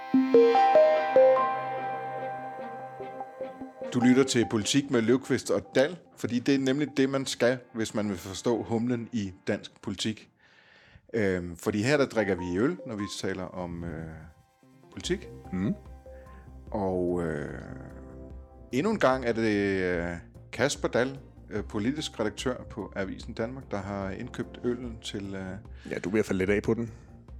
Du lytter til Politik med Løvqvist og Dahl, fordi det er nemlig det, man skal, hvis man vil forstå humlen i dansk politik. Fordi her der drikker vi øl, når vi taler om politik. Mm. Og endnu en gang er det Kasper Dahl, politisk redaktør på Avisen Danmark, der har indkøbt øllen til... Ja, du er ved at falde lidt af på den.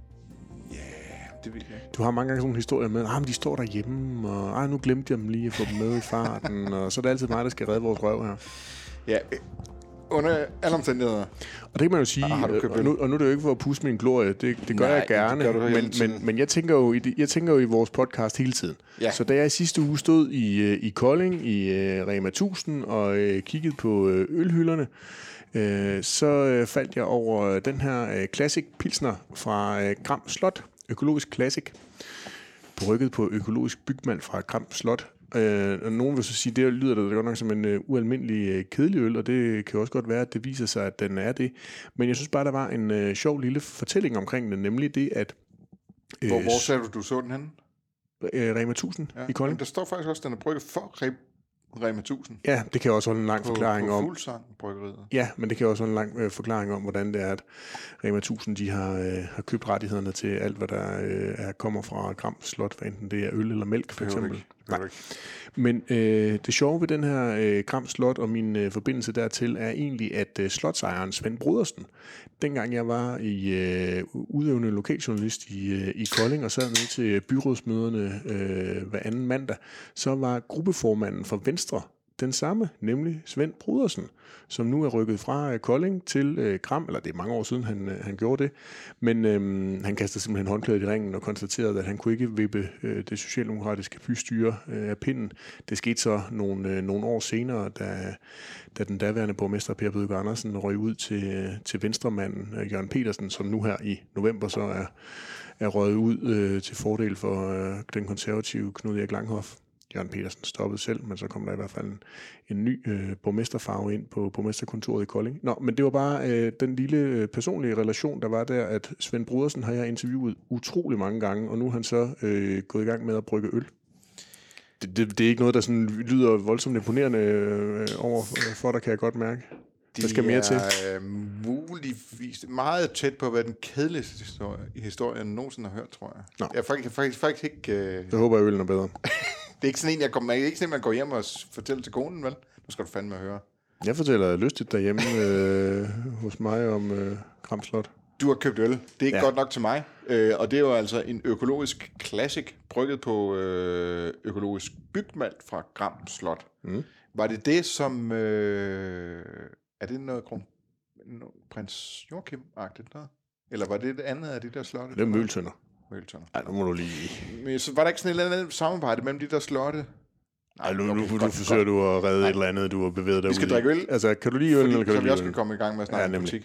Det ved jeg ikke. Du har mange gange sådan nogle historier med, men de står derhjemme, og nu glemte jeg dem lige at få dem med i farten, og så er det altid mig, der skal redde vores røv her. Ja, under alle omstændigheder. Og det kan man jo sige, og nu er det jo ikke for at pusse min glorie, det gør jeg gerne, men jeg tænker jo i vores podcast hele tiden. Ja. Så da jeg i sidste uge stod i Kolding, i Rema 1000, og kiggede på ølhylderne, så faldt jeg over den her Classic Pilsner fra Gram Slot, økologisk classic, brygget på økologisk bygmalt fra Gram Slot. Og nogen vil så sige, det lyder da godt nok som en ualmindelig kedelig øl, og det kan også godt være, at det viser sig, at den er det. Men jeg synes bare, der var en sjov lille fortælling omkring den, nemlig det, at... Hvor sagde du så den henne? Rema 1000 i Kolding. Men der står faktisk også, at den er brygget for Rema 1000. Ja, det kan også holde en lang forklaring om... På Fuglsang bryggeriet. Ja, men det kan også holde en lang forklaring om, hvordan det er, at Rema 1000 de har købt rettighederne til alt, hvad der kommer fra Gram Slot, hvad enten det er øl eller mælk, for eksempel. Men det sjove ved den her Gram Slot og min forbindelse dertil er egentlig, at slotsejeren Svend Brodersen, dengang jeg var udøvende lokaljournalist i Kolding og sad ned til byrådsmøderne hver anden mandag, så var gruppeformanden for Venstre den samme, nemlig Svend Brodersen, som nu er rykket fra Kolding til Gram, eller det er mange år siden, han gjorde det, men han kastede simpelthen håndklædet i ringen og konstaterede, at han kunne ikke vippe det socialdemokratiske bystyre af pinden. Det skete så nogle år senere, da den daværende borgmester Per Bødker Andersen røg ud til venstremanden Jørgen Petersen, som nu her i november så er røget ud til fordel for den konservative Knud Erik Langhoff. Jørgen Petersen stoppede selv, men så kom der i hvert fald en ny borgmesterfarve ind på borgmesterkontoret i Kolding. Nå, men det var bare den lille personlige relation, der var der, at Svend Brodersen har jeg interviewet utrolig mange gange, og nu er han så gået i gang med at brygge øl. Det er ikke noget, der sådan lyder voldsomt imponerende over for dig, kan jeg godt mærke. Der skal mere til. Det er muligvis meget tæt på, hvad den kedeligste historie nogensinde har hørt, tror jeg. Nå. Jeg faktisk ikke... Jeg håber, at øllen er bedre. Det er ikke sådan en, man går hjem og fortæller til konen, vel? Nu skal du fandme høre. Jeg fortæller lystigt derhjemme hos mig om Gram Slot. Du har købt øl. Det er ikke godt nok til mig. Og det er jo altså en økologisk classic, brygget på økologisk bygmalt fra Gram Slot. Mm. Var det som... er det noget prins Joachim-agtigt noget? Eller var det andet af de der slotte? Det er Møltønder. Ej, nu må du lige... Men så var der ikke sådan et eller andet samarbejde mellem de der slotte? Nej, nu forsøger du at redde et eller andet, du har bevæget dig ud i. Vi skal drikke øl. Altså, kan du lide øl, eller kan du lide øl? Så vi også kan komme i gang med at snakke politik.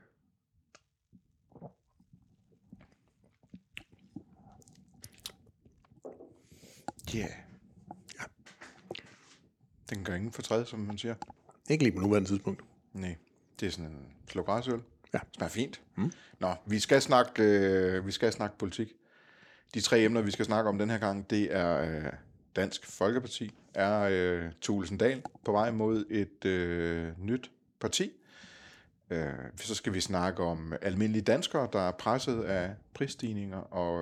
Ja. Den gør ingen fortræd, som man siger. Ikke lige på nuværende tidspunkt. Nej, det er sådan en slågræsøl. Ja. Det smager fint. Mm. Nå, vi skal snakke politik. De 3 emner, vi skal snakke om den her gang, det er Dansk Folkeparti. Er Thulesen Dahl på vej mod et nyt parti? Så skal vi snakke om almindelige danskere, der er presset af prisstigninger og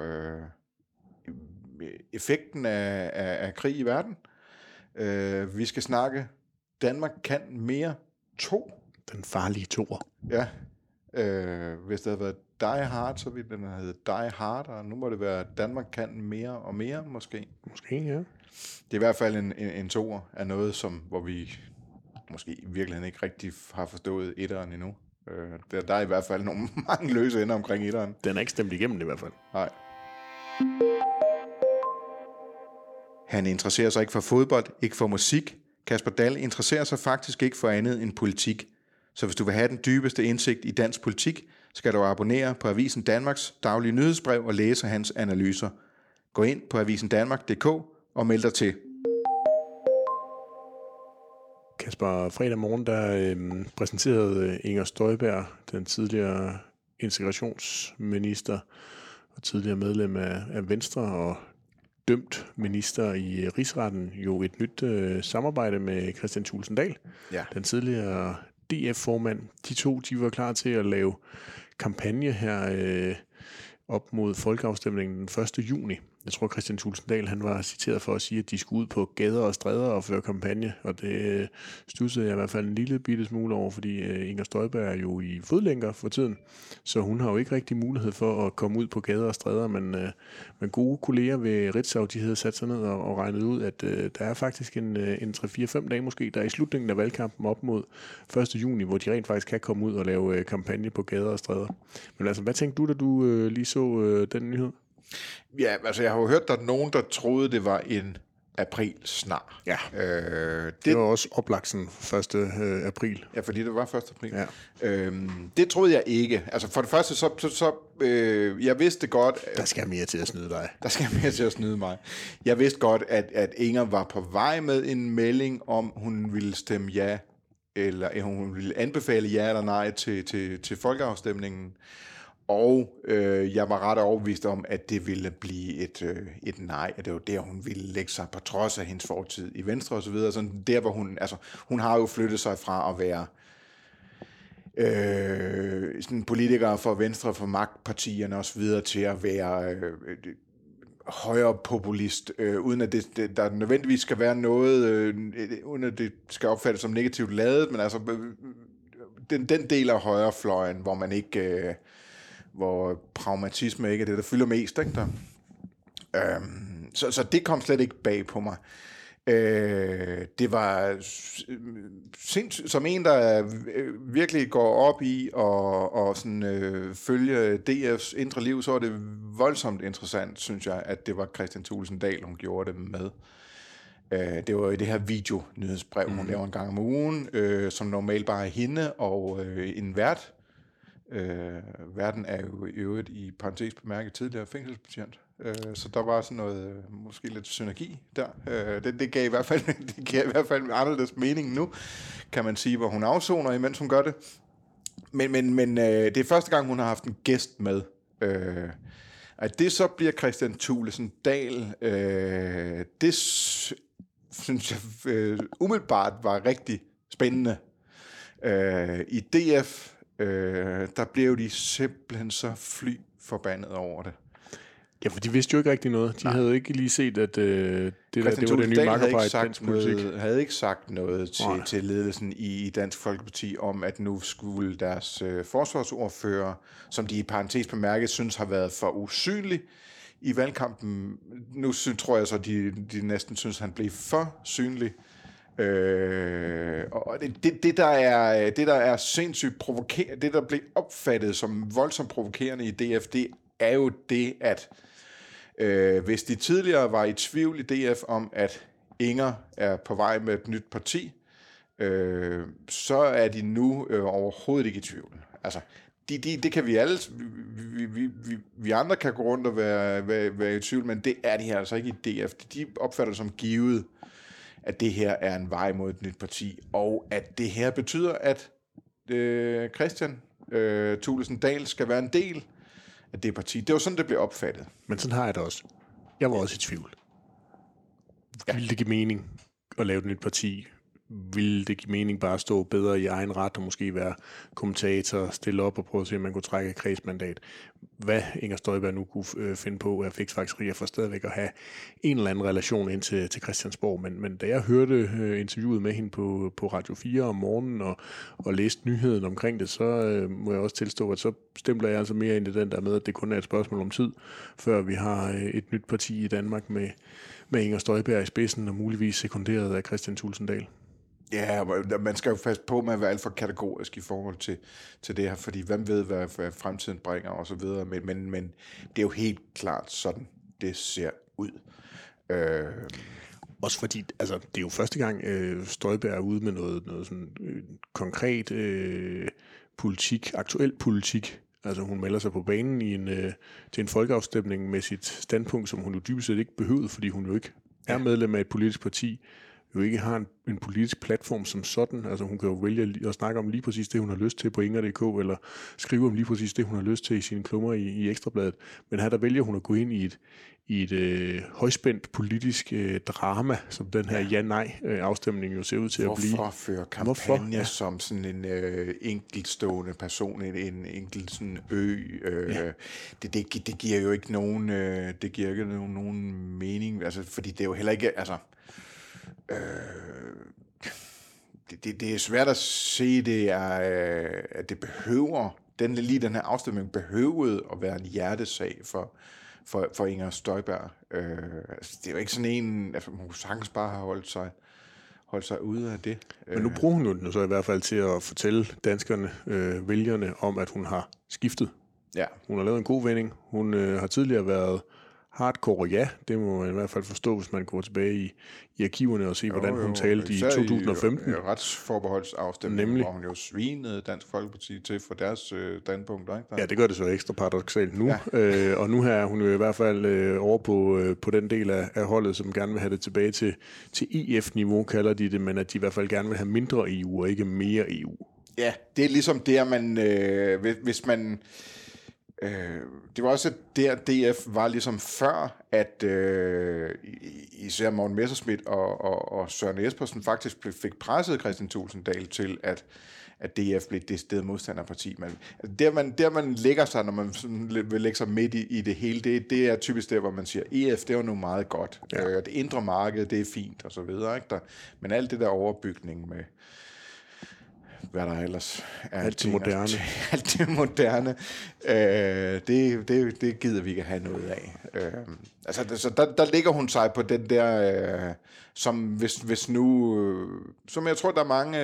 effekten af krig i verden. Vi skal snakke Danmark kan mere 2. Den farlige 2'er. Ja. Hvis det havde været Die Hard, så ville den have heddet Die Hard, og nu må det være Danmark kan mere og mere, måske. Måske, ja. Det er i hvert fald en 2'er af noget, hvor vi måske i virkeligheden ikke rigtig har forstået etteren endnu. Der er i hvert fald nogle mange løse ender omkring etteren. Den er ikke stemt igennem i hvert fald. Nej. Han interesserer sig ikke for fodbold, ikke for musik. Kasper Dahl interesserer sig faktisk ikke for andet end politik. Så hvis du vil have den dybeste indsigt i dansk politik, skal du abonnere på Avisen Danmarks daglige nyhedsbrev og læse hans analyser. Gå ind på avisendanmark.dk og meld dig til. Kasper, fredag morgen, der præsenterede Inger Støjberg, den tidligere integrationsminister og tidligere medlem af Venstre og dømt minister i Rigsretten jo et nyt samarbejde med Kristian Thulesen Dahl, den tidligere DF-formand. De to, de var klar til at lave kampagne her op mod folkeafstemningen den 1. juni. Jeg tror, Kristian Thulesen Dahl, han var citeret for at sige, at de skulle ud på gader og stræder og føre kampagne, og det studsede jeg i hvert fald en lille bitte smule over, fordi Inger Støjberg er jo i fodlænker for tiden, så hun har jo ikke rigtig mulighed for at komme ud på gader og stræder, men gode kolleger ved Ritzau, de havde sat sig ned og regnet ud, at der er faktisk en 3-4-5 dage måske, der er i slutningen af valgkampen op mod 1. juni, hvor de rent faktisk kan komme ud og lave kampagne på gader og stræder. Men altså, hvad tænkte du, da du lige så den nyhed? Ja, altså jeg har jo hørt, at der er nogen, der troede, det var en april snar. Ja, det var også oplagt sådan 1. april. Ja, fordi det var 1. april. Ja. Det troede jeg ikke. Altså for det første, så jeg vidste godt... Der skal mere til at snyde dig. Der skal mere til at snyde mig. Jeg vidste godt, at Inger var på vej med en melding om, hun ville stemme ja, eller hun ville anbefale ja eller nej til folkeafstemningen. Og jeg var ret overbevist om, at det ville blive et nej, at det var der, hun ville lægge sig på trods af hendes fortid i Venstre og så videre. Sådan der, hvor hun har jo flyttet sig fra at være sådan politiker for Venstre, for magtpartierne og så videre, til at være højre populist, uden at der nødvendigvis skal være noget, uden at det skal opfattes som negativt ladet, men altså den del af højrefløjen, hvor man ikke... hvor pragmatisme ikke er det, der fylder mest. Ikke der? Så det kom slet ikke bag på mig. Det var som en, der virkelig går op i og sådan, følge DF's indre liv, så var det voldsomt interessant, synes jeg, at det var Kristian Thulesen Dahl, hun gjorde det med. Det var i det her video-nyhedsbrev, hun laver en gang om ugen, som normalt bare er hende og en vært. Verden er jo i øvrigt i parentes bemærket tidligere fængselsbetjent, så der var sådan noget måske lidt synergi der. Det gav i hvert fald anderledes mening nu, kan man sige, hvor hun afsoner, imens hun gør det. Men det er første gang, hun har haft en gæst med. At det så bliver Kristian Thulesen Dahl, det synes jeg umiddelbart var rigtig spændende. I DF der blev de simpelthen så fly forbandet over det. Ja, for de vidste jo ikke rigtig noget. De havde ikke lige set, at det var det nye makkerpar i dansk politik. Havde ikke sagt noget til ledelsen i Dansk Folkeparti om, at nu skulle deres forsvarsordfører, som de i parentes bemærket synes har været for usynlig i valgkampen, nu tror jeg så, de næsten synes, han blev for synlig. Og det der er sindssygt provokerende, det der blev opfattet som voldsomt provokerende i DF, det er jo det, at hvis de tidligere var i tvivl i DF om, at Inger er på vej med et nyt parti, så er de nu overhovedet ikke i tvivl. Altså, det kan vi alle, vi andre kan gå rundt og være i tvivl, men det er de her altså ikke i DF. De opfatter det som givet, at det her er en vej mod et nyt parti, og at det her betyder, at Kristian Thulesen Dahl skal være en del af det parti. Det var sådan, det blev opfattet. Men sådan har jeg det også. Jeg var også i tvivl. Ville det give mening at lave et nyt parti? Ville det give mening bare at stå bedre i egen ret og måske være kommentator, stille op og prøve at se, om man kunne trække et kredsmandat? Hvad Inger Støjberg nu kunne finde på, er fiksfakserier for stadigvæk at have en eller anden relation ind til Christiansborg. Men da jeg hørte interviewet med hende på Radio 4 om morgenen og læste nyheden omkring det, så må jeg også tilstå, at så stempler jeg altså mere ind i den der med, at det kun er et spørgsmål om tid, før vi har et nyt parti i Danmark med Inger Støjberg i spidsen og muligvis sekunderet af Kristian Thulesen Dahl. Ja, man skal jo passe på med at være alt for kategorisk i forhold til det her, fordi hvem ved, hvad fremtiden bringer og så videre, men det er jo helt klart sådan, det ser ud. Også fordi, altså, det er jo første gang, Støjberg er ude med noget sådan konkret politik, aktuel politik. Altså hun melder sig på banen til en folkeafstemning med sit standpunkt, som hun jo dybest set ikke behøvede, fordi hun jo ikke er medlem af et politisk parti, jo ikke har en politisk platform som sådan. Altså hun kan jo vælge at snakke om lige præcis det, hun har lyst til på Inger.dk, eller skrive om lige præcis det, hun har lyst til i sine klummer i Ekstrabladet. Men her der vælger hun at gå ind i i et højspændt politisk drama, som den her ja-nej-afstemning jo ser ud til at blive. Hvorfor føre kampagne som sådan en enkeltstående person, en enkelt sådan ø? Det giver jo ikke nogen, nogen mening, altså, fordi det er jo heller ikke, altså... Det er svært at se, at det behøver, den her afstemning behøvede at være en hjertesag for Inger Støjberg. Det er jo ikke sådan en, altså hun sagtens bare har holdt sig ude af det. Men nu bruger hun jo så i hvert fald til at fortælle danskerne, vælgerne, om at hun har skiftet. Ja. Hun har lavet en god vending. Hun har tidligere været hardcore, ja, det må man i hvert fald forstå, hvis man går tilbage i arkiverne og se, hvordan hun talte i 2015. Retsforbeholdsafstemningen, hvor hun jo svinede Dansk Folkeparti til for deres standpunkt. Ikke? Ja, det gør det så ekstra paradoksalt nu. Ja. Og nu her er hun jo i hvert fald over på den del af holdet, som gerne vil have det tilbage til EF-niveau, kalder de det, men at de i hvert fald gerne vil have mindre EU og ikke mere EU. Ja, det er ligesom det, at man, hvis man... det var også der DF var ligesom før, at især Morten Messerschmidt og Søren Espersen faktisk fik presset Kristian Thulesen Dahl til, at DF blev et decideret modstanderparti. Men der man lægger sig, når man vil lægge sig midt i det hele, det er typisk der, hvor man siger, EF, det var nu meget godt. Ja. Det indre marked, det er fint, og så videre. Ikke? Men alt det der overbygning med hvad der ellers er. Alt det moderne. Alt det moderne. Det gider vi ikke have noget af. Så der ligger hun sig på den der, som hvis nu, som jeg tror, der er mange,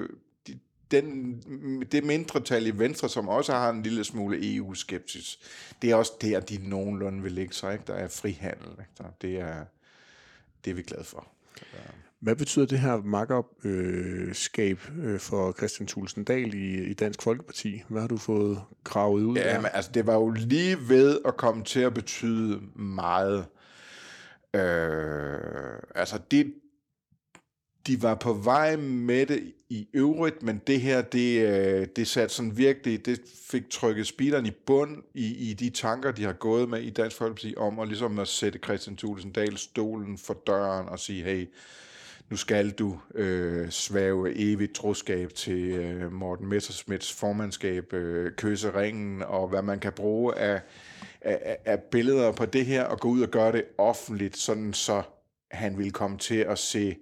det mindretal i Venstre, som også har en lille smule EU-skepsis, det er også der, de nogenlunde vil ligge sig. Ikke? Der er frihandel. Ikke? Det er vi glade for. Hvad betyder det her makkerskab for Kristian Thulesen Dahl i Dansk Folkeparti? Hvad har du fået gravet ud af? Men, altså, det var jo lige ved at komme til at betyde meget. Altså, de var på vej med det i øvrigt, men det her, det satte sådan virkelig, det fik trykket speederen i bund i de tanker, de har gået med i Dansk Folkeparti om at ligesom at sætte Kristian Thulesen Dahl stolen for døren og sige, hey, nu skal du svæve evigt troskab til Morten Messerschmidts formandskab, kysse ringen, og hvad man kan bruge af billeder på det her, og gå ud og gøre det offentligt, sådan så han ville komme til at se,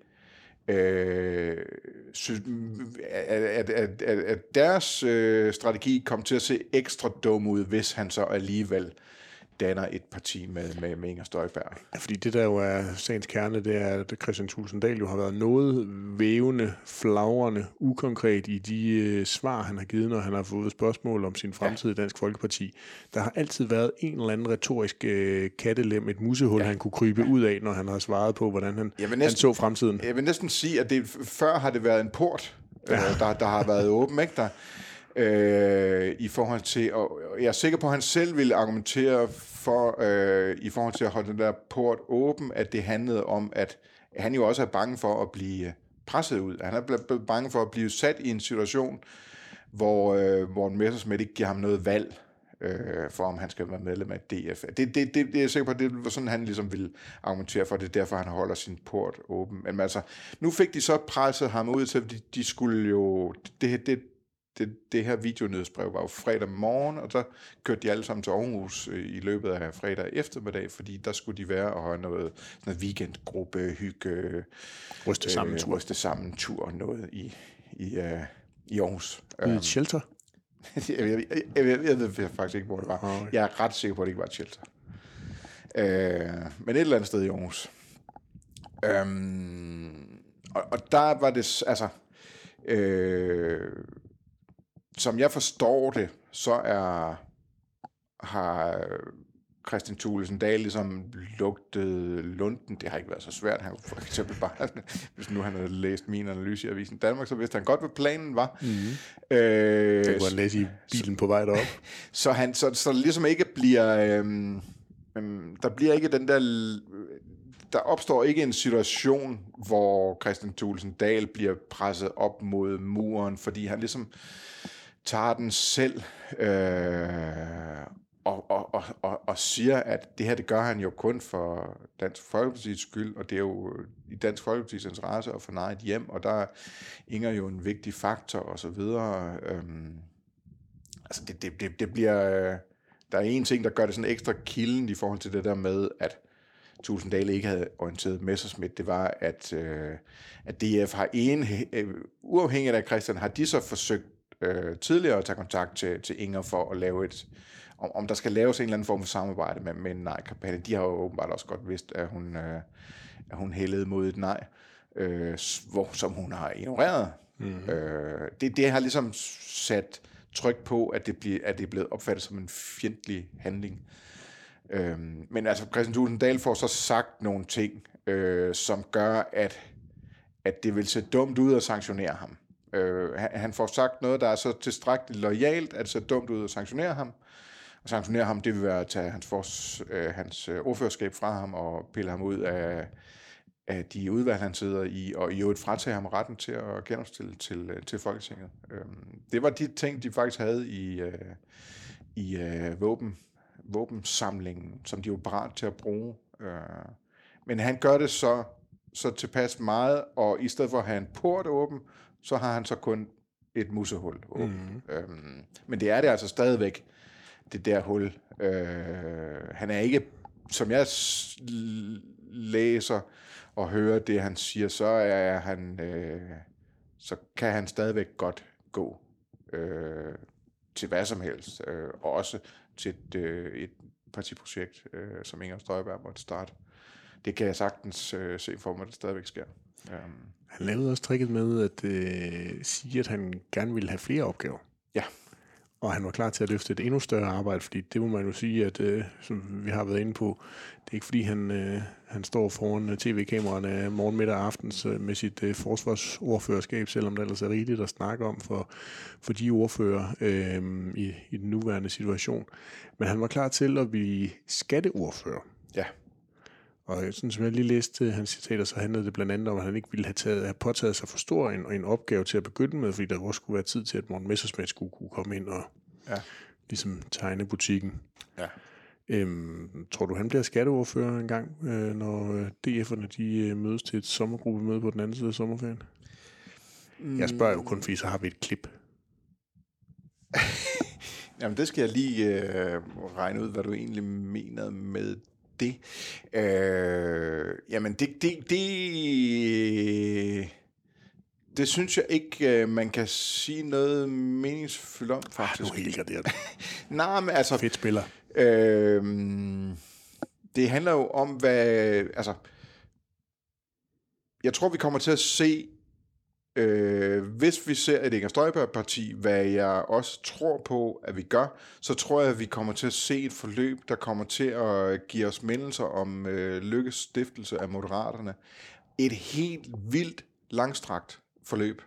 at deres strategi kom til at se ekstra dum ud, hvis han så alligevel danner et parti med Inger Støjberg. Ja, fordi det der jo er sagens kerne, det er, at Kristian Thulesen Dahl jo har været noget vævende, flagrende, ukonkret i de svar, han har givet, når han har fået spørgsmål om sin fremtid i Dansk Folkeparti. Der har altid været en eller anden retorisk kattelem, et musehul, han kunne krybe ud af, når han har svaret på, hvordan han så fremtiden. Jeg vil næsten sige, at før har det været en port, der har været åben, ikke der? I forhold til, og jeg er sikker på, at han selv ville argumentere for, i forhold til at holde den der port åben, at det handlede om, at han jo også er bange for at blive presset ud. Han er bange for at blive sat i en situation, hvor Messerschmidt ikke giver ham noget valg, for om han skal være medlem af DF. Det er jeg sikker på, at det var sådan, han ligesom ville argumentere for, det er derfor, han holder sin port åben. Men altså, nu fik de så presset ham ud til, at de skulle jo, det her videonyhedsbrev var jo fredag morgen, og så kørte de alle sammen til Aarhus i løbet af fredag eftermiddag, fordi der skulle de være og have noget weekendgruppe, hygge, ryste sammen tur, noget i Aarhus. I et shelter? jeg ved faktisk ikke, hvor det var. Okay. Jeg er ret sikker på, at det ikke var et shelter. Men et eller andet sted i Aarhus. Og der var det, altså... som jeg forstår det, så har Kristian Thulesen Dahl ligesom lugtet lunden. Det har ikke været så svært. Han for eksempel bare, hvis nu han havde læst min analyse i Avisen Danmark, så vidste han godt, hvad planen var. Mm-hmm. Det kunne han læse i bilen på vej derop. Så ligesom ikke bliver... der bliver ikke den der... Der opstår ikke en situation, hvor Kristian Thulesen Dahl bliver presset op mod muren, fordi han ligesom tager den selv og siger, at det her, det gør han jo kun for Dansk Folkepartis skyld, og det er jo i Dansk Folkepartis interesse at få nejet hjem, og der er Inger jo en vigtig faktor, og så videre. Altså, det bliver... Der er en ting, der gør det sådan ekstra kilden i forhold til det der med, at Thulesen Dahl ikke havde orienteret Messerschmidt, det var, at DF har uafhængigt af Christian, har de så forsøgt tidligere at tage kontakt til Inger for at lave om der skal laves en eller anden form for samarbejde med en nej-kampagne. De har jo åbenbart også godt vidst, at hun hældede mod et nej, som hun har ignoreret. Det har ligesom sat tryk på, at det er blevet opfattet som en fjendtlig handling. Men altså, Kristian Thulesen Dahl får så sagt nogle ting, som gør, at det vil se dumt ud at sanktionere ham. Han får sagt noget, der er så tilstrækkeligt loyalt, at det ser dumt ud at sanktionere ham. Og sanktionere ham, det vil være at tage hans ordførerskab fra ham og pille ham ud af de udvalg, han sidder i, og i øvrigt fratage ham retten til at genopstille til Folketinget. Det var de ting, de faktisk havde i våbensamlingen, som de var parat til at bruge. Men han gør det så tilpas meget, og i stedet for at have en port åben, så har han så kun et musehul åben. Men det er det altså stadigvæk, det der hul. Han er ikke, som jeg læser og hører det, han siger, så er han, så kan han stadigvæk godt gå til hvad som helst, og også til et partiprojekt, som Inger Støjberg måtte starte. Det kan jeg sagtens se for mig, at det stadigvæk sker. Han lavede også tricket med at sige, at han gerne ville have flere opgaver. Ja. Og han var klar til at løfte et endnu større arbejde, fordi det må man jo sige, at som vi har været inde på, det er ikke fordi han står foran tv-kameraerne morgen, middag og aftens med sit forsvarsordførerskab, selvom der ellers er rigeligt at snakke om for de ordfører i den nuværende situation. Men han var klar til at blive skatteordfører. Ja. Og sådan som jeg lige læste hans citater, så handlede det blandt andet om, at han ikke ville have påtaget sig for stor en opgave til at begynde med, fordi der også skulle være tid til, at Morten Messerschmidt skulle kunne komme ind og ligesom tegne butikken. Ja. Tror du, han bliver skatteordfører en gang, når DF'erne de mødes til et sommergruppemøde på den anden side af sommerferien? Jeg spørger jo kun, fordi så har vi et klip. Jamen, det skal jeg lige regne ud, hvad du egentlig mener med det. Jamen, det synes jeg ikke, man kan sige noget meningsfuldt om, faktisk. Du er helt graderet. Nej, men altså... Fedt spiller. Det handler jo om, hvad... Altså, jeg tror, vi kommer til at se, hvis vi ser et Inger Støjberg-parti, hvad jeg også tror på, at vi gør, så tror jeg, at vi kommer til at se et forløb, der kommer til at give os mindelser om Lykkes stiftelse af Moderaterne. Et helt vildt langstrakt forløb.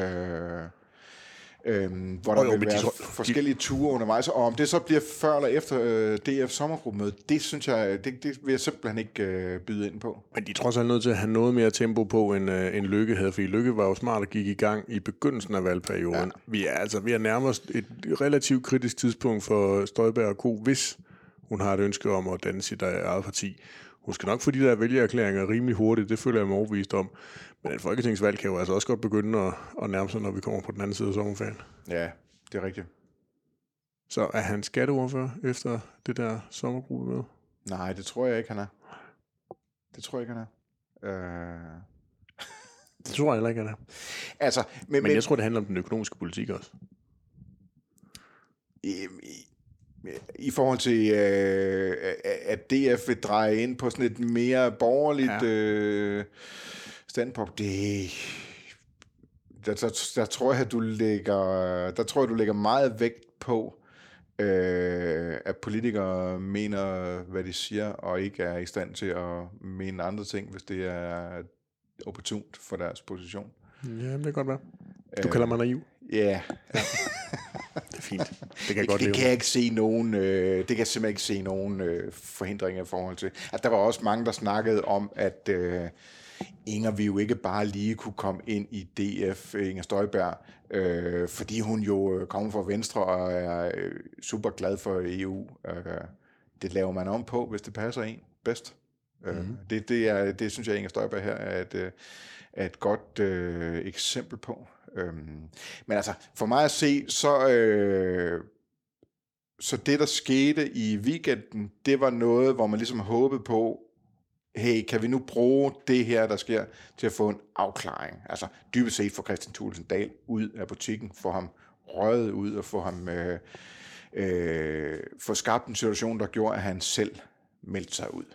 Hvor der vil være forskellige ture undervejs, og om det så bliver før eller efter DF sommergruppemøde, det synes jeg, det vil jeg simpelthen ikke byde ind på. Men de er trods alt nødt til at have noget mere tempo på, end Lykke havde, fordi Lykke var jo smart og gik i gang i begyndelsen af valgperioden. Ja. Vi er nærmest et relativt kritisk tidspunkt for Støjberg og Co., hvis hun har et ønske om at danne sit eget parti. Hun skal nok få de der vælgererklæringer rimelig hurtigt, det føler jeg mig overbevist om. Men et folketingsvalg kan jo altså også godt begynde at nærme sig, når vi kommer på den anden side af sommerferien. Ja, det er rigtigt. Så er han skatteordfører efter det der sommergruppemøde? Nej, det tror jeg ikke, han er. Det tror jeg ikke, han er. Det tror jeg heller ikke, han er. Altså, men jeg tror, det handler om den økonomiske politik også. I forhold til, at DF vil dreje ind på sådan et mere borgerligt standpunkt, der tror jeg, du lægger meget vægt på, at politikere mener, hvad de siger, og ikke er i stand til at mene andre ting, hvis det er opportunt for deres position. Ja, det kan godt være. Du kalder mig naiv. Ja. Det er fint. Det kan jeg godt leve. Det kan jeg ikke se nogen, det kan jeg simpelthen ikke se nogen forhindringer i forhold til. At der var også mange, der snakkede om, at Inger vil jo ikke bare lige kunne komme ind i DF, Inger Støjberg, fordi hun jo kommer fra Venstre og er super glad for EU. Det laver man om på, hvis det passer en bedst. Det synes jeg, Inger Støjberg her er et godt eksempel på. Men altså, for mig at se, så det, der skete i weekenden, det var noget, hvor man ligesom håbede på, hey, kan vi nu bruge det her, der sker, til at få en afklaring? Altså dybest set få Kristian Thulesen Dahl ud af butikken, få ham røget ud og få ham få skabt en situation, der gjorde, at han selv meldte sig ud.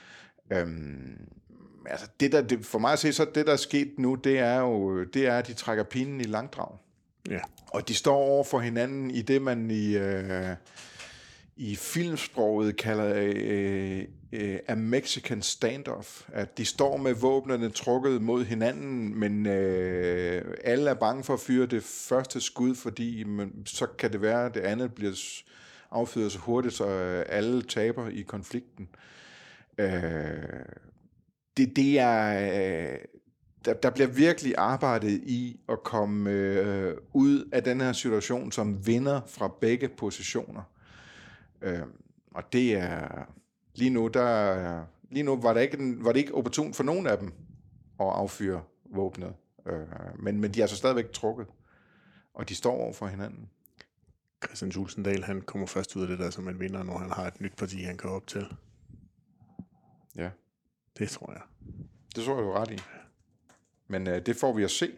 Altså for mig at se, så det, der er sket nu, det er, at de trækker pinen i langdrag. Ja. Og de står over for hinanden i det, man i filmsproget kalder a Mexican standoff. At de står med våbnerne trukket mod hinanden, men alle er bange for at fyre det første skud, fordi så kan det være, at det andet bliver affyret så hurtigt, så alle taber i konflikten. Det er... Der bliver virkelig arbejdet i at komme ud af den her situation som vinder fra begge positioner. Og det er lige nu var det ikke opportunt for nogen af dem at affyre våbnet. Men de er altså stadigvæk trukket, og de står over for hinanden. Kristian Thulesen Dahl, han kommer først ud af det der som en vinder, når han har et nyt parti, han kan op til. Ja. Det tror jeg. Det tror jeg, du er ret i. Men det får vi at se.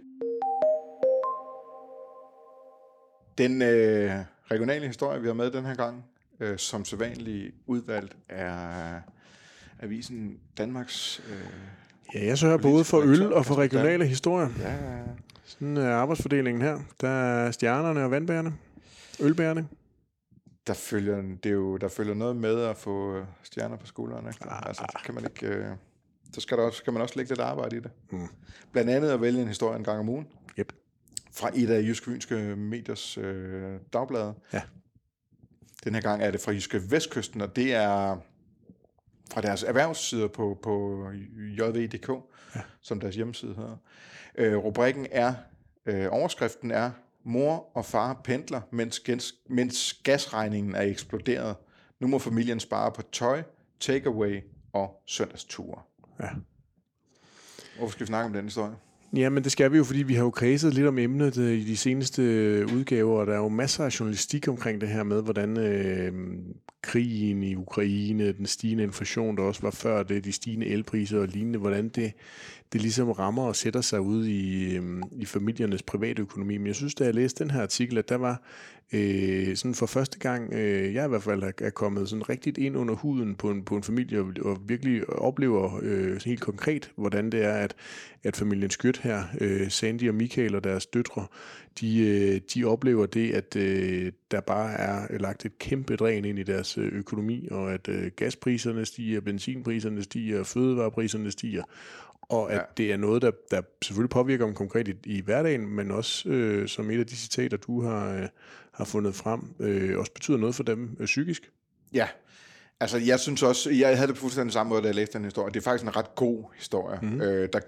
Den regionale historie, vi har med den her gang, som sædvanligt udvalgt, er avisen Danmarks... Ja, jeg sørger både for øl og for regionale historier. Ja. Sådan er arbejdsfordelingen her. Der er stjernerne og vandbærerne. Ølbærerne. Der følger noget med at få stjerner på skuldrene. Altså, det kan man ikke... Så skal man også lægge lidt arbejde i det. Blandt andet at vælge en historie en gang om ugen. Yep. Fra et af Jysk-Fynske Mediers dagblade. Ja. Den her gang er det fra Jyske Vestkysten, og det er fra deres erhvervssider på jv.dk, som deres hjemmeside hedder. Rubrikken er, overskriften er, mor og far pendler, mens gasregningen er eksploderet. Nu må familien spare på tøj, takeaway og søndagsture. Ja. Hvorfor skal vi snakke om den historie? Ja, men det skal vi jo, fordi vi har jo kredset lidt om emnet i de seneste udgaver, og der er jo masser af journalistik omkring det her med, hvordan krigen i Ukraine, den stigende inflation, der også var før det, de stigende elpriser og lignende, hvordan det ligesom rammer og sætter sig ud i familiernes private økonomi. Men jeg synes, da jeg læste den her artikel, at der var sådan for første gang, jeg i hvert fald er kommet sådan rigtigt ind under huden på en familie, og virkelig oplever helt konkret, hvordan det er, at familien Skjødt her, Sandy og Michael og deres døtre, de oplever det, at der bare er lagt et kæmpe dræn ind i deres økonomi, og at gaspriserne stiger, benzinpriserne stiger, fødevarepriserne stiger, og at det er noget, der selvfølgelig påvirker dem konkret i hverdagen, men også som et af de citater, du har fundet frem, også betyder noget for dem psykisk. Ja, altså jeg synes også, jeg havde det på fuldstændig samme måde, da jeg læste den historie. Det er faktisk en ret god historie, der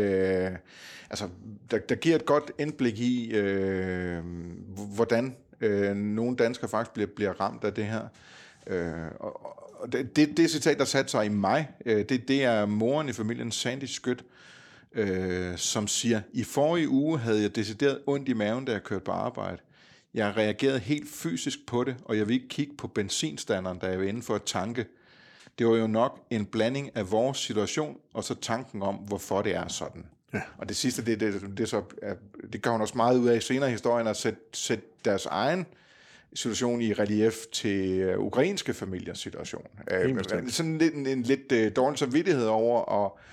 giver et godt indblik i, hvordan nogle danskere faktisk bliver ramt af det her. Og det citat, der satte sig i mig, det er moren i familien, Sandy Skjødt, som siger, i forrige uge havde jeg decideret ondt i maven, da jeg kørte på arbejde. Jeg reagerede helt fysisk på det, og jeg vil ikke kigge på benzinstanderen, da jeg var inde for at tanke. Det var jo nok en blanding af vores situation, og så tanken om, hvorfor det er sådan. Ja. Og det sidste, det gør hun også meget ud af senere i historien, at sætte deres egen situation i relief til ukrainske familiers situation. Sådan en lidt dårlig samvittighed over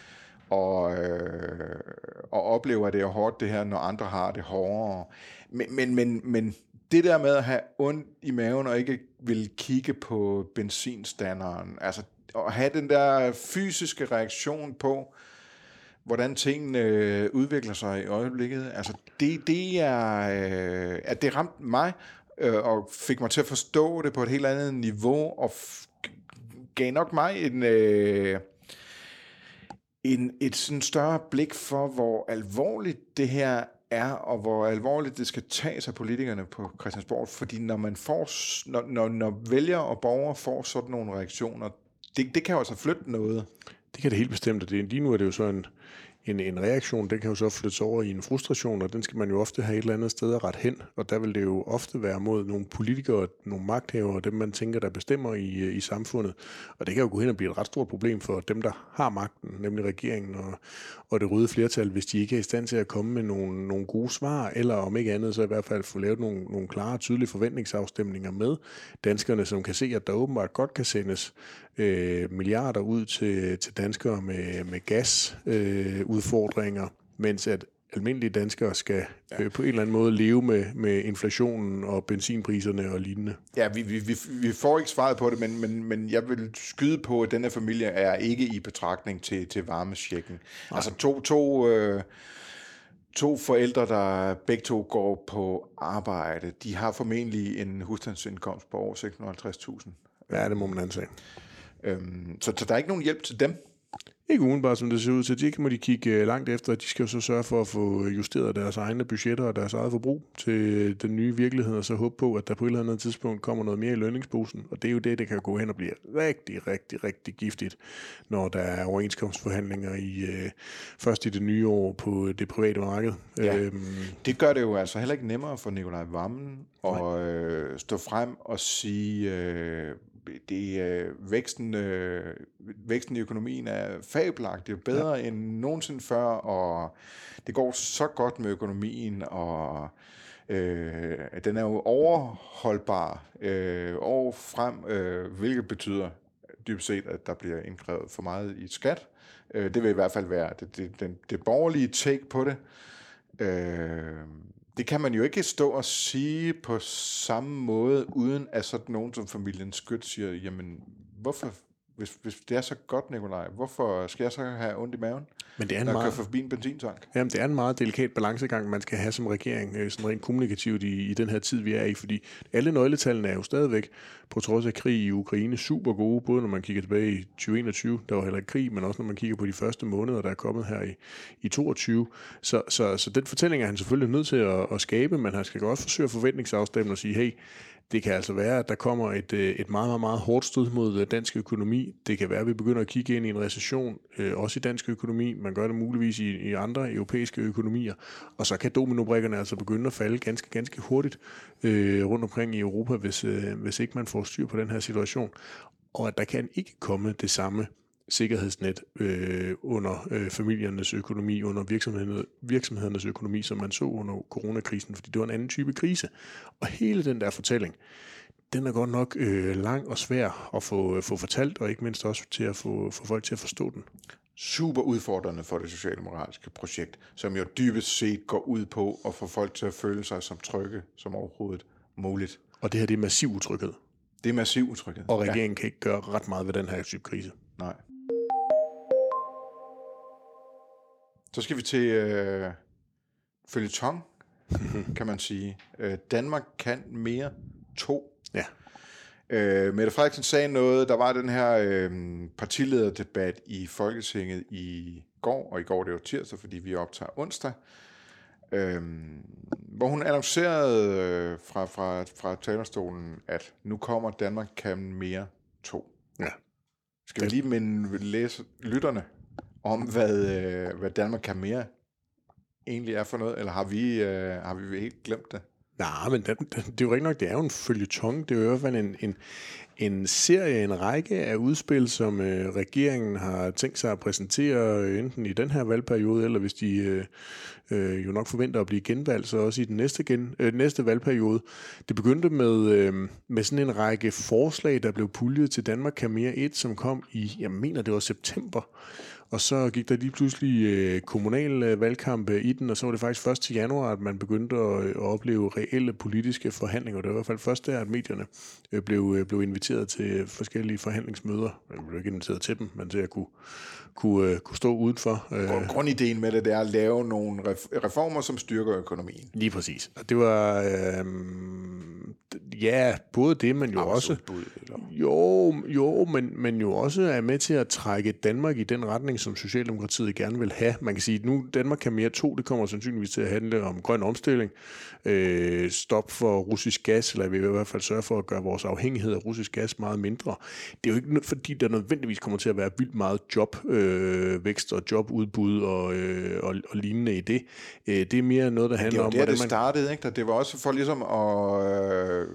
og opleve, at det er hårdt det her, når andre har det hårdere. Men det der med at have ondt i maven og ikke vil kigge på benzinstanderen, altså at have den der fysiske reaktion på, hvordan tingene udvikler sig i øjeblikket, altså det ramte mig, og fik mig til at forstå det på et helt andet niveau, og gav nok mig et sådan større blik for, hvor alvorligt det her er, og hvor alvorligt det skal tages af politikerne på Christiansborg. Fordi når man får, når vælgere og borgere får sådan nogle reaktioner, det kan jo altså flytte noget. Det kan det helt bestemt, og lige nu er det jo så en reaktion, den kan jo så flyttes over i en frustration, og den skal man jo ofte have et eller andet sted at rette hen, og der vil det jo ofte være mod nogle politikere, nogle magthavere, dem man tænker, der bestemmer i samfundet, og det kan jo gå hen og blive et ret stort problem for dem, der har magten, nemlig regeringen og det røde flertal, hvis de ikke er i stand til at komme med nogle gode svar, eller om ikke andet, så i hvert fald få lavet nogle klare og tydelige forventningsafstemninger med danskerne, som kan se, at der åbenbart godt kan sendes milliarder ud til danskere med gasudfordringer, mens at almindelige danskere skal på en eller anden måde leve med inflationen og benzinpriserne og lignende. Ja, vi får ikke svaret på det, men jeg vil skyde på, at denne familie er ikke i betragtning til varmechecken. Altså to forældre, der begge to går på arbejde, de har formentlig en husstandsindkomst på over 650.000. Ja, det må man antage. Så der er ikke nogen hjælp til dem? Ikke udenbart, som det ser ud til. De må de kigge langt efter. De skal jo så sørge for at få justeret deres egne budgetter og deres eget forbrug til den nye virkelighed, og så håbe på, at der på et eller andet tidspunkt kommer noget mere i lønningsposen. Og det er jo det kan gå hen og blive rigtig, rigtig, rigtig giftigt, når der er overenskomstforhandlinger først i det nye år på det private marked. Ja, det gør det jo altså heller ikke nemmere for Nicolai Wammen at stå frem og sige... væksten i økonomien er fabelagtig, det er bedre end nogensinde før, og det går så godt med økonomien, og den er jo overholdbar år frem, hvilket betyder dybest set, at der bliver indkrævet for meget i skat. Det vil i hvert fald være det borgerlige take på det. Det kan man jo ikke stå og sige på samme måde, uden at sådan nogen som familien Skyt siger, jamen hvorfor, hvis det er så godt, Nicolai, hvorfor skal jeg så have ondt i maven, men det er når jeg kører forbi en benzintank? Jamen, det er en meget delikat balancegang, man skal have som regering, sådan rent kommunikativt i den her tid, vi er i, fordi alle nøgletallene er jo stadigvæk, på trods af krig i Ukraine, super gode, både når man kigger tilbage i 2021, der var heller ikke krig, men også når man kigger på de første måneder, der er kommet her i 2022. Så den fortælling er han selvfølgelig nødt til at skabe, men han skal også forsøge at forventningsafstemme og sige, hey, det kan altså være, at der kommer et meget, meget, meget hårdt stød mod dansk økonomi. Det kan være, at vi begynder at kigge ind i en recession, også i dansk økonomi. Man gør det muligvis i andre europæiske økonomier. Og så kan dominobrikkerne altså begynde at falde ganske, ganske hurtigt rundt omkring i Europa, hvis ikke man får styr på den her situation. Og at der kan ikke komme det samme sikkerhedsnet under familiernes økonomi, under virksomhedernes økonomi, som man så under coronakrisen, fordi det var en anden type krise. Og hele den der fortælling, den er godt nok lang og svær at få fortalt, og ikke mindst også til at få folk til at forstå den. Super udfordrende for det socialdemokratiske projekt, som jo dybest set går ud på at få folk til at føle sig som trygge som overhovedet muligt. Og det her, det er massiv utryghed. Det er massiv utryghed. Og regeringen kan ikke gøre ret meget ved den her type krise. Nej. Så skal vi til føljeton, kan man sige. Danmark kan mere 2. Ja. Mette Frederiksen sagde noget, der var den her partilederdebat i Folketinget i går, og i går det var tirsdag, fordi vi optager onsdag, hvor hun annoncerede fra talerstolen, at nu kommer Danmark kan mere 2. Ja. Skal vi lige læse lytterne om, hvad Danmark kan mere egentlig er for noget, eller har vi helt glemt det? Nej, men det er jo rigtig nok, det er jo en føljeton. Det er jo i hvert fald en serie, en række af udspil, som regeringen har tænkt sig at præsentere enten i den her valgperiode, eller hvis de jo nok forventer at blive genvalgt, så også i den næste valgperiode. Det begyndte med sådan en række forslag, der blev puljet til Danmark kan mere 1, som kom jeg mener det var september. Og så gik der lige pludselig kommunal valgkamp i den, og så var det faktisk 1. januar, at man begyndte at opleve reelle politiske forhandlinger. Det var i hvert fald først der, at medierne blev inviteret inviteret til forskellige forhandlingsmøder. Jeg blev ikke inviteret til dem, men til at kunne stå udenfor. Grundideen med det er at lave nogle reformer, som styrker økonomien. Lige præcis. Og det var, både det, men jo også... Men jo også er med til at trække Danmark i den retning, som Socialdemokratiet gerne vil have. Man kan sige, at nu Danmark kan mere 2, det kommer sandsynligvis til at handle om grøn omstilling, stop for russisk gas, eller vi vil i hvert fald sørge for at gøre vores afhængighed af russisk gas meget mindre. Det er jo ikke fordi, der nødvendigvis kommer til at være vildt meget jobvækst og jobudbud og lignende i det. Det er mere noget, der handler om... Det var det startede, ikke? Det var også for ligesom at...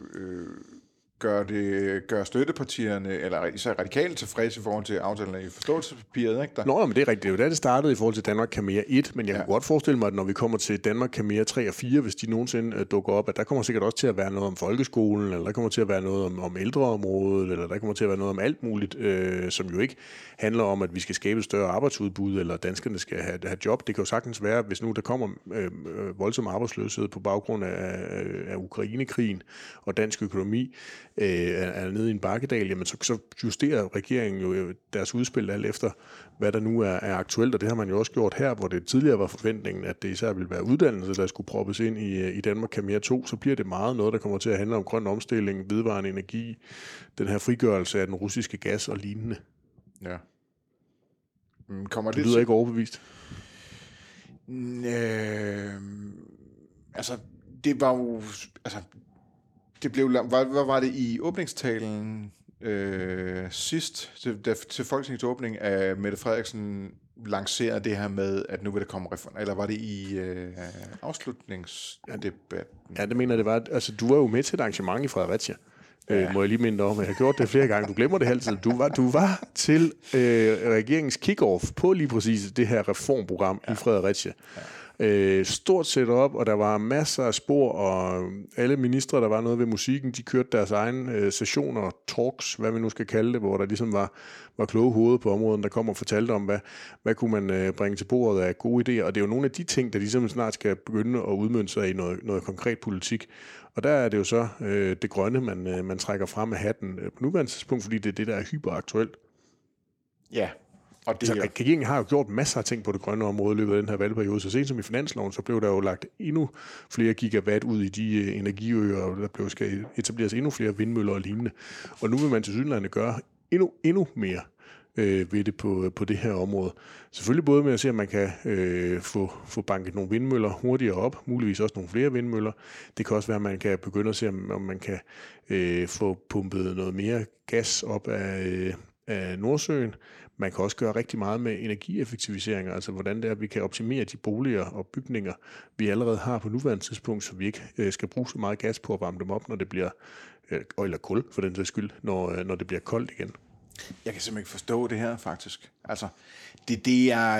gøre støttepartierne, eller især radikale tilfredse i forhold til aftalerne i forståelsespapiret, ikke der? Nå, men det er rigtigt. Det er jo det startede i forhold til Danmark kan mere 1, men jeg kan godt forestille mig, at når vi kommer til Danmark kan mere 3 og 4, hvis de nogensinde dukker op, at der kommer sikkert også til at være noget om folkeskolen, eller der kommer til at være noget om ældreområdet, eller der kommer til at være noget om alt muligt, som jo ikke handler om, at vi skal skabe et større arbejdsudbud, eller danskerne skal have job. Det kan jo sagtens være, hvis nu der kommer voldsom arbejdsløshed på baggrund af Ukrainekrigen og dansk økonomi, er nede i en bakkedal, jamen så justerer regeringen jo deres udspil alt efter, hvad der nu er aktuelt, og det har man jo også gjort her, hvor det tidligere var forventningen, at det især ville være uddannelse, der skulle proppes ind i Danmark kan mere 2, så bliver det meget noget, der kommer til at handle om grøn omstilling, vedvarende energi, den her frigørelse af den russiske gas og lignende. Ja. Du lyder ikke overbevist. Det var jo... det blev, hvad var det i åbningstalen sidst, til Folketingets åbning, af Mette Frederiksen lancerede det her med, at nu vil der komme reform, eller var det i afslutningsdebatten? Ja, det mener det var. Altså, du var jo med til et arrangement i Fredericia. Må jeg lige minde om, jeg har gjort det flere gange. Du glemmer det altid. Du var til regeringens kick-off på lige præcis det her reformprogram i Fredericia. Stort set op, og der var masser af spor, og alle ministre, der var noget ved musikken, de kørte deres egne sessioner, talks, hvad vi nu skal kalde det, hvor der ligesom var kloge hoveder på området, der kom og fortalte om, hvad kunne man bringe til bordet af gode idéer, og det er jo nogle af de ting, der ligesom snart skal begynde at udmønte sig i noget konkret politik. Og der er det jo så det grønne, man trækker frem af hatten på nuværende tidspunkt, fordi det er det, der er hyperaktuelt. Ja. Og det regeringen har jo gjort masser af ting på det grønne område i løbet af den her valgperiode. Så sent som i finansloven, så blev der jo lagt endnu flere gigawatt ud i de energiøer, og der skal etableres endnu flere vindmøller og lignende. Og nu vil man til synligheden gøre endnu mere ved det på det her område. Selvfølgelig både med at se, at man kan få banket nogle vindmøller hurtigere op, muligvis også nogle flere vindmøller. Det kan også være, at man kan begynde at se, om man kan få pumpet noget mere gas op af Nordsøen. Man kan også gøre rigtig meget med energieffektiviseringer, altså hvordan det er, at vi kan optimere de boliger og bygninger, vi allerede har på nuværende tidspunkt, så vi ikke skal bruge så meget gas på at varme dem op, når det bliver, eller kul for den sags skyld, når det bliver koldt igen. Jeg kan simpelthen ikke forstå det her, faktisk. Altså, det er...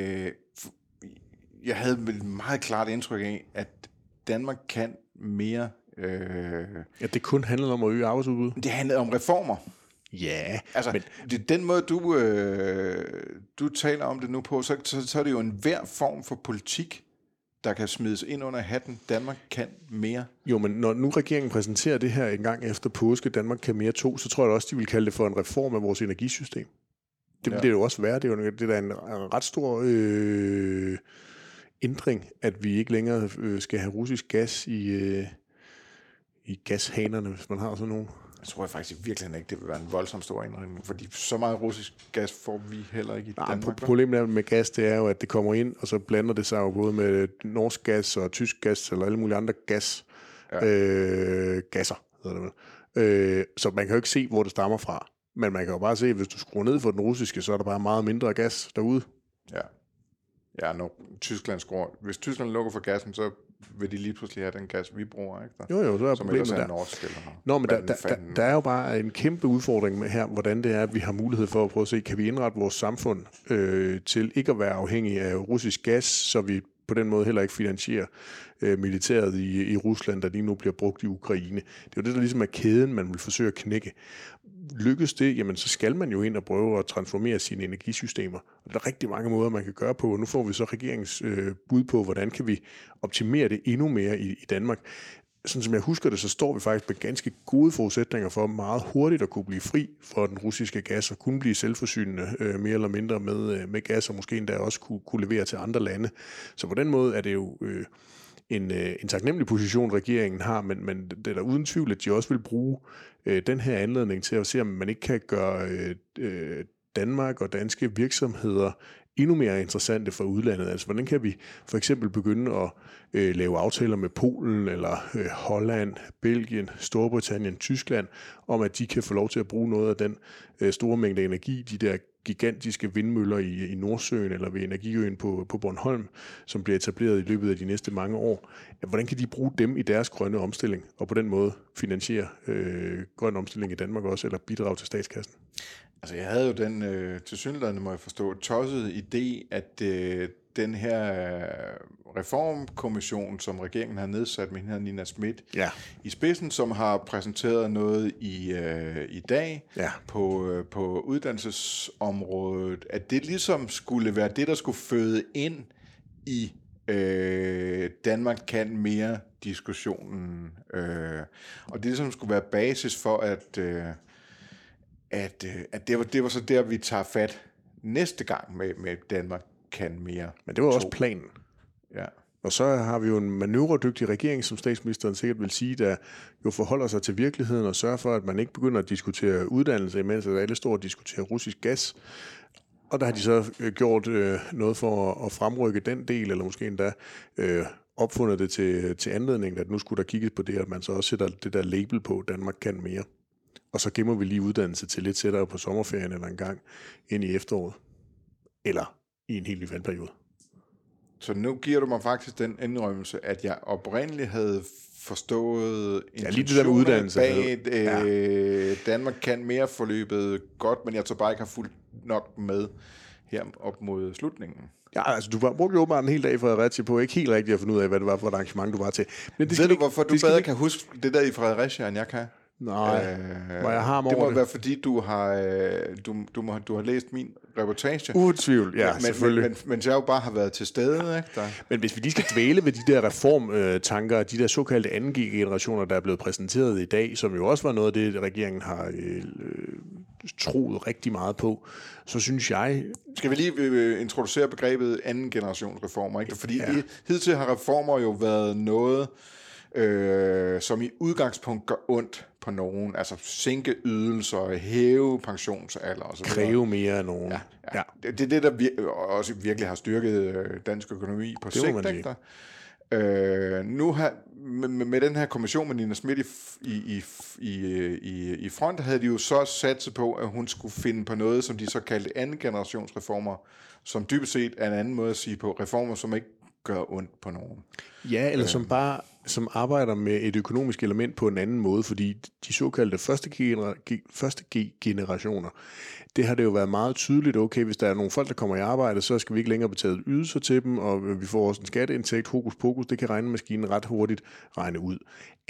jeg havde et meget klart indtryk af, at Danmark kan mere... Ja, det kun handlede om at øge arbejdsudbud. Det handlede om reformer. Ja, altså, men den måde, du taler om det nu på, så er det jo enhver form for politik, der kan smides ind under hatten. Danmark kan mere. Jo, men når nu regeringen præsenterer det her en gang efter påske, Danmark kan mere 2, så tror jeg også, de vil kalde det for en reform af vores energisystem. Det vil det jo også være. Det er da en ret stor ændring, at vi ikke længere skal have russisk gas i gashanerne, hvis man har sådan nogle. Jeg tror faktisk virkelig ikke, det vil være en voldsom stor indretning, fordi så meget russisk gas får vi heller ikke i Danmark. Problemet med gas, det er jo, at det kommer ind, og så blander det sig jo både med norsk gas og tysk gas, eller alle mulige andre gasser, hedder det vel. Så man kan jo ikke se, hvor det stammer fra. Men man kan jo bare se, at hvis du skruer ned for den russiske, så er der bare meget mindre gas derude. Ja, når hvis Tyskland lukker for gassen, så vil de lige pludselig have den gas, vi bruger, ikke? Jo, så er problemet der. Nå, men der er jo bare en kæmpe udfordring med her, hvordan det er, at vi har mulighed for at prøve at se, kan vi indrette vores samfund til ikke at være afhængige af russisk gas, så vi på den måde heller ikke finansierer militæret i Rusland, der lige nu bliver brugt i Ukraine. Det er jo det, der ligesom er kæden, man vil forsøge at knække. Lykkes det, jamen så skal man jo ind og prøve at transformere sine energisystemer. Og der er rigtig mange måder, man kan gøre på, og nu får vi så regeringens bud på, hvordan kan vi optimere det endnu mere i Danmark. sådan som jeg husker det, så står vi faktisk med ganske gode forudsætninger for meget hurtigt at kunne blive fri for den russiske gas og kunne blive selvforsynende mere eller mindre med gas, og måske endda også kunne levere til andre lande. Så på den måde er det jo en taknemmelig position, regeringen har, men det er der uden tvivl, at de også vil bruge den her anledning til at se, om man ikke kan gøre Danmark og danske virksomheder endnu mere interessante for udlandet. Altså, hvordan kan vi for eksempel begynde at lave aftaler med Polen eller Holland, Belgien, Storbritannien, Tyskland, om at de kan få lov til at bruge noget af den store mængde energi, de der gigantiske vindmøller i Nordsøen eller ved Energiøen på Bornholm, som bliver etableret i løbet af de næste mange år. Hvordan kan de bruge dem i deres grønne omstilling, og på den måde finansiere grøn omstilling i Danmark også, eller bidrage til statskassen? Altså, jeg havde jo den, tilsyneladende må jeg forstå, tossede idé, at den her reformkommission, som regeringen har nedsat med hende her Nina Smith i spidsen, som har præsenteret noget i dag på uddannelsesområdet, at det ligesom skulle være det, der skulle føde ind i Danmark kan mere diskussionen. Og det ligesom skulle være basis for, at det var så der, vi tager fat næste gang med Danmark kan mere. Men det var også planen. Ja. Og så har vi jo en manøvredygtig regering, som statsministeren sikkert vil sige, der jo forholder sig til virkeligheden og sørger for, at man ikke begynder at diskutere uddannelse, imens alle står og diskuterer russisk gas. Og der har de så gjort noget for at fremrykke den del, eller måske endda opfundet det til anledningen, at nu skulle der kigges på det, at man så også sætter det der label på, Danmark kan mere. Og så gemmer vi lige uddannelse til lidt tættere på sommerferien eller en gang ind i efteråret. Eller i en helt ny valgperiode. Så nu giver du mig faktisk den indrømmelse, at jeg oprindeligt havde forstået lige det der med uddannelse bag Danmark kan mere forløbet godt, men jeg tror bare ikke har fulgt nok med her op mod slutningen. Ja, altså du brugte jo åbenbart en hel dag i Fredericia på ikke helt rigtigt at finde ud af, hvad det var for et arrangement, du var til. Men det ved du, hvorfor du bedre kan huske det der i Fredericia, end jeg kan? Nej, hvor jeg har det må være, fordi du har læst min reportage. Uden tvivl, ja, selvfølgelig. Men jeg jo bare har været til stede. Ikke? Men hvis vi lige skal dvæle ved de der reformtanker, de der såkaldte 2G-generationer, der er blevet præsenteret i dag, som jo også var noget af det, regeringen har troet rigtig meget på, så synes jeg... Skal vi lige introducere begrebet anden generations reformer? Ikke? Fordi hidtil har reformer jo været noget... som i udgangspunkt gør ondt på nogen, altså sænke ydelser, hæve pensionsalder og så videre. Kræve mere af nogen. Ja. Det er det, der også virkelig har styrket dansk økonomi på sigt. Nu har, med den her kommission med Nina Smith i front, havde de jo så satset på, at hun skulle finde på noget, som de så kaldte anden generations reformer, som dybest set er en anden måde at sige på, reformer, som ikke gør ondt på nogen. Ja, eller som arbejder med et økonomisk element på en anden måde, fordi de såkaldte første G-generationer, det har det jo været meget tydeligt, okay, hvis der er nogle folk, der kommer i arbejde, så skal vi ikke længere betale ydelser til dem, og vi får også en skatteindtægt, hokus pokus, det kan regnemaskinen ret hurtigt regne ud.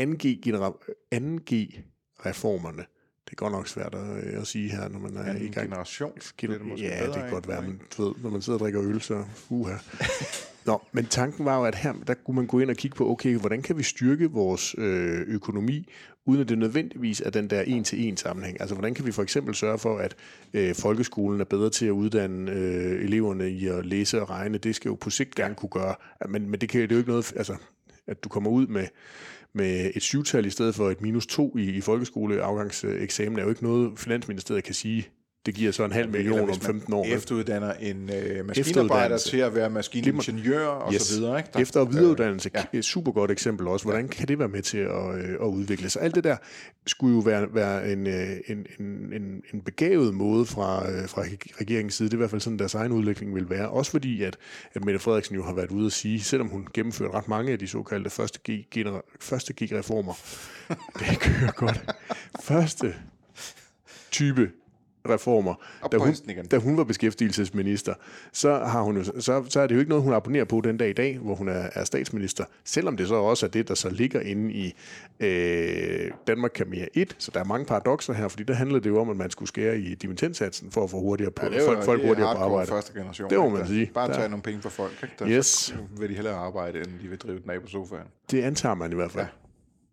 2G-reformerne, det er godt nok svært at sige her, når man er i gang. Generation? Ja, det kan godt være, men du ved, når man sidder og drikker øl, så Nå, men tanken var jo, at her, der kunne man gå ind og kigge på, okay, hvordan kan vi styrke vores økonomi, uden at det nødvendigvis er den der en-til-en sammenhæng. Altså, hvordan kan vi for eksempel sørge for, at folkeskolen er bedre til at uddanne eleverne i at læse og regne? Det skal jo på sigt gerne kunne gøre, men det er jo ikke noget, altså, at du kommer ud med et 7-tal i stedet for et -2 i folkeskoleafgangseksamen, er jo ikke noget, Finansministeriet kan sige, det giver så 500.000 om 15 år. Efteruddanner en maskinarbejder til at være maskiningeniør og så videre. Ikke? Efter- og videreudannelse er et super godt eksempel også. Hvordan kan det være med til at udvikle sig? Alt det der skulle jo være en begavet måde fra regeringens side. Det er i hvert fald sådan, deres egen udvikling vil være. Også fordi, at Mette Frederiksen jo har været ude at sige, selvom hun gennemførte ret mange af de såkaldte første G-reformer, det kører godt. Første type reformer, da hun var beskæftigelsesminister, så er det jo ikke noget, hun abonnerer på den dag i dag, hvor hun er statsminister, selvom det så også er det, der så ligger inde i Danmark kan mere 1, så der er mange paradokser her, fordi der handlede det jo om, at man skulle skære i dimittendsatsen for at få hurtigere på, folk hurtigere på arbejde. Første generation, det må man sige. Bare tage nogle penge fra folk, ikke? Så vil de hellere arbejde, end de vil drive den af på sofaen. Det antager man i hvert fald.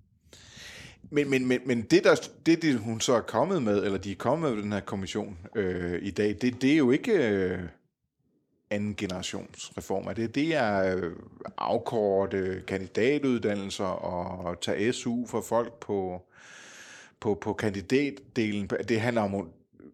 Men det, hun så er kommet med, eller de er kommet med den her kommission i dag, det er jo ikke anden generations reformer. Det er afkorte kandidatuddannelser og tage SU for folk på kandidatdelen. Det handler om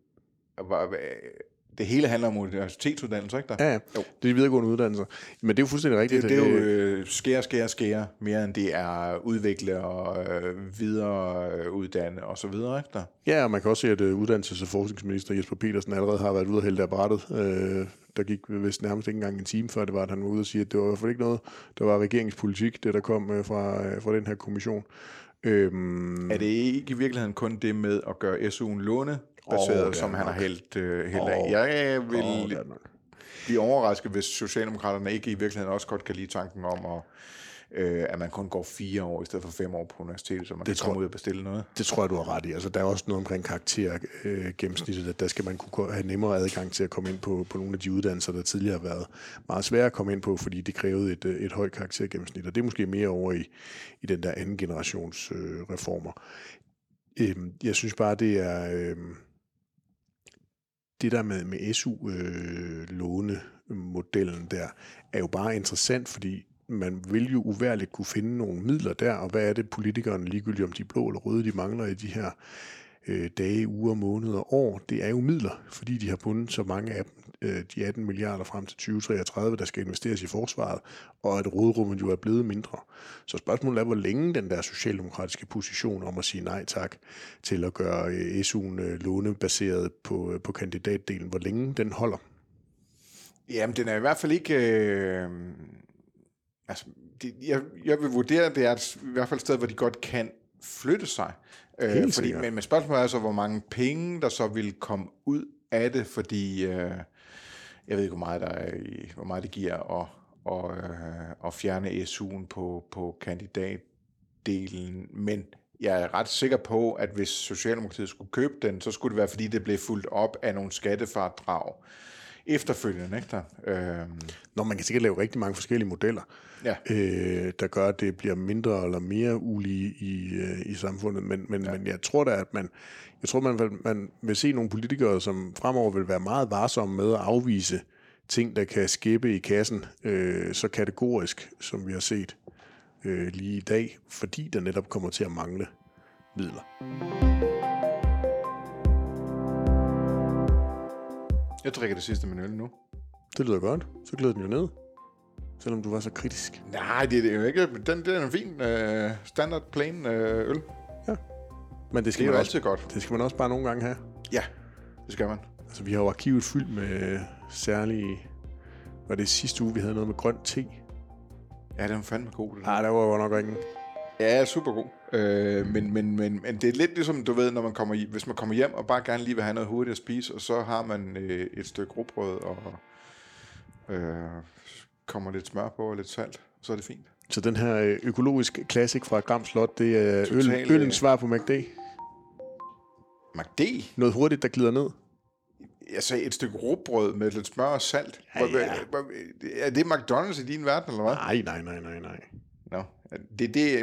det hele handler om universitetsuddannelser, ikke der? Ja. Det er de videregående uddannelser. Men det er jo fuldstændig rigtigt. Det er jo skære, mere end det er udvikle og videreuddanne og så videre, ikke der? Ja, og man kan også se, at uddannelses- og forskningsminister Jesper Petersen allerede har været ude og hælde apparatet. Der gik vist nærmest ikke engang en time før det var, at han var ude og sige, at det var i hvert fald ikke noget, der var regeringspolitik, det der kom fra den her kommission. Er det ikke i virkeligheden kun det med at gøre SU'en lånebaseret, som han har hældt af? Jeg vil blive overrasket, hvis Socialdemokraterne ikke i virkeligheden også godt kan lide tanken om, at man kun går 4 år i stedet for 5 år på universitetet, så man kan komme ud og bestille noget. Det tror jeg, du har ret i. Altså, der er også noget omkring karaktergennemsnittet, at der skal man kunne have nemmere adgang til at komme ind på nogle af de uddannelser, der tidligere har været meget svære at komme ind på, fordi det krævede et højt karaktergennemsnit, og det er måske mere over i den der anden generations reformer. Jeg synes bare, det er det der med SU-lånemodellen der, er jo bare interessant, fordi man vil jo uværligt kunne finde nogle midler der, og hvad er det politikerne, ligegyldigt om de blå eller røde, de mangler i de her dage, uger, måneder, år, det er jo midler, fordi de har bundet så mange af dem, de 18 milliarder frem til 2033, der skal investeres i forsvaret, og at råderummet jo er blevet mindre. Så spørgsmålet er, hvor længe den der socialdemokratiske position om at sige nej tak til at gøre SU'en lånebaseret på kandidatdelen, hvor længe den holder? Jamen, den er i hvert fald ikke... jeg vil vurdere, at det er i hvert fald et sted, hvor de godt kan flytte sig. Men spørgsmålet er så, hvor mange penge, der så vil komme ud af det, fordi jeg ved ikke, hvor meget det giver at fjerne SU'en på kandidatdelen, men jeg er ret sikker på, at hvis Socialdemokratiet skulle købe den, så skulle det være, fordi det blev fulgt op af nogle skattefradrag efterfølgende, ikke der? Man kan sikkert lave rigtig mange forskellige modeller, der gør, at det bliver mindre eller mere ulige i samfundet, men jeg tror da, at man vil se nogle politikere, som fremover vil være meget varsomme med at afvise ting, der kan skæppe i kassen så kategorisk, som vi har set lige i dag, fordi der netop kommer til at mangle midler. Jeg drikker det sidste med øl nu. Det lyder godt. Så glæder den jo ned. Selvom du var så kritisk. Nej, det er jo ikke. Den er en fin standard plain øl. Ja. Men det er jo altid godt. Det skal man også bare nogle gange have. Ja, det skal man. Altså, vi har jo arkivet fyldt med særlige... Var det sidste uge, vi havde noget med grøn te? Ja, den var fandme god. Nej, der var jo nok ikke. Ja, super god. Men det er lidt ligesom, du ved, når man hvis man kommer hjem og bare gerne lige vil have noget hurtigt at spise, og så har man et stykke rugbrød og kommer lidt smør på og lidt salt, så er det fint. Så den her økologisk classic fra Gram Slot, det er ølens svar på McD? McD? Noget hurtigt, der glider ned? Jeg sagde et stykke rugbrød med lidt smør og salt. Ja. Er det McDonald's i din verden, eller hvad? Nej. Nå, det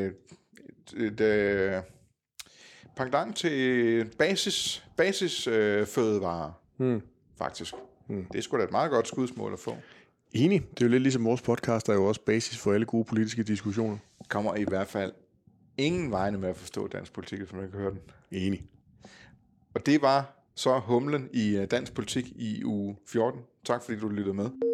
pendant til basis fødevarer, faktisk. Det er sgu da et meget godt skudsmål at få. Enig. Det er jo lidt ligesom vores podcast, der er jo også basis for alle gode politiske diskussioner. Kommer i hvert fald ingen vegne med at forstå dansk politik, hvis man ikke kan høre den. Enig. Og det var så humlen i dansk politik i uge 14. Tak fordi du lyttede med.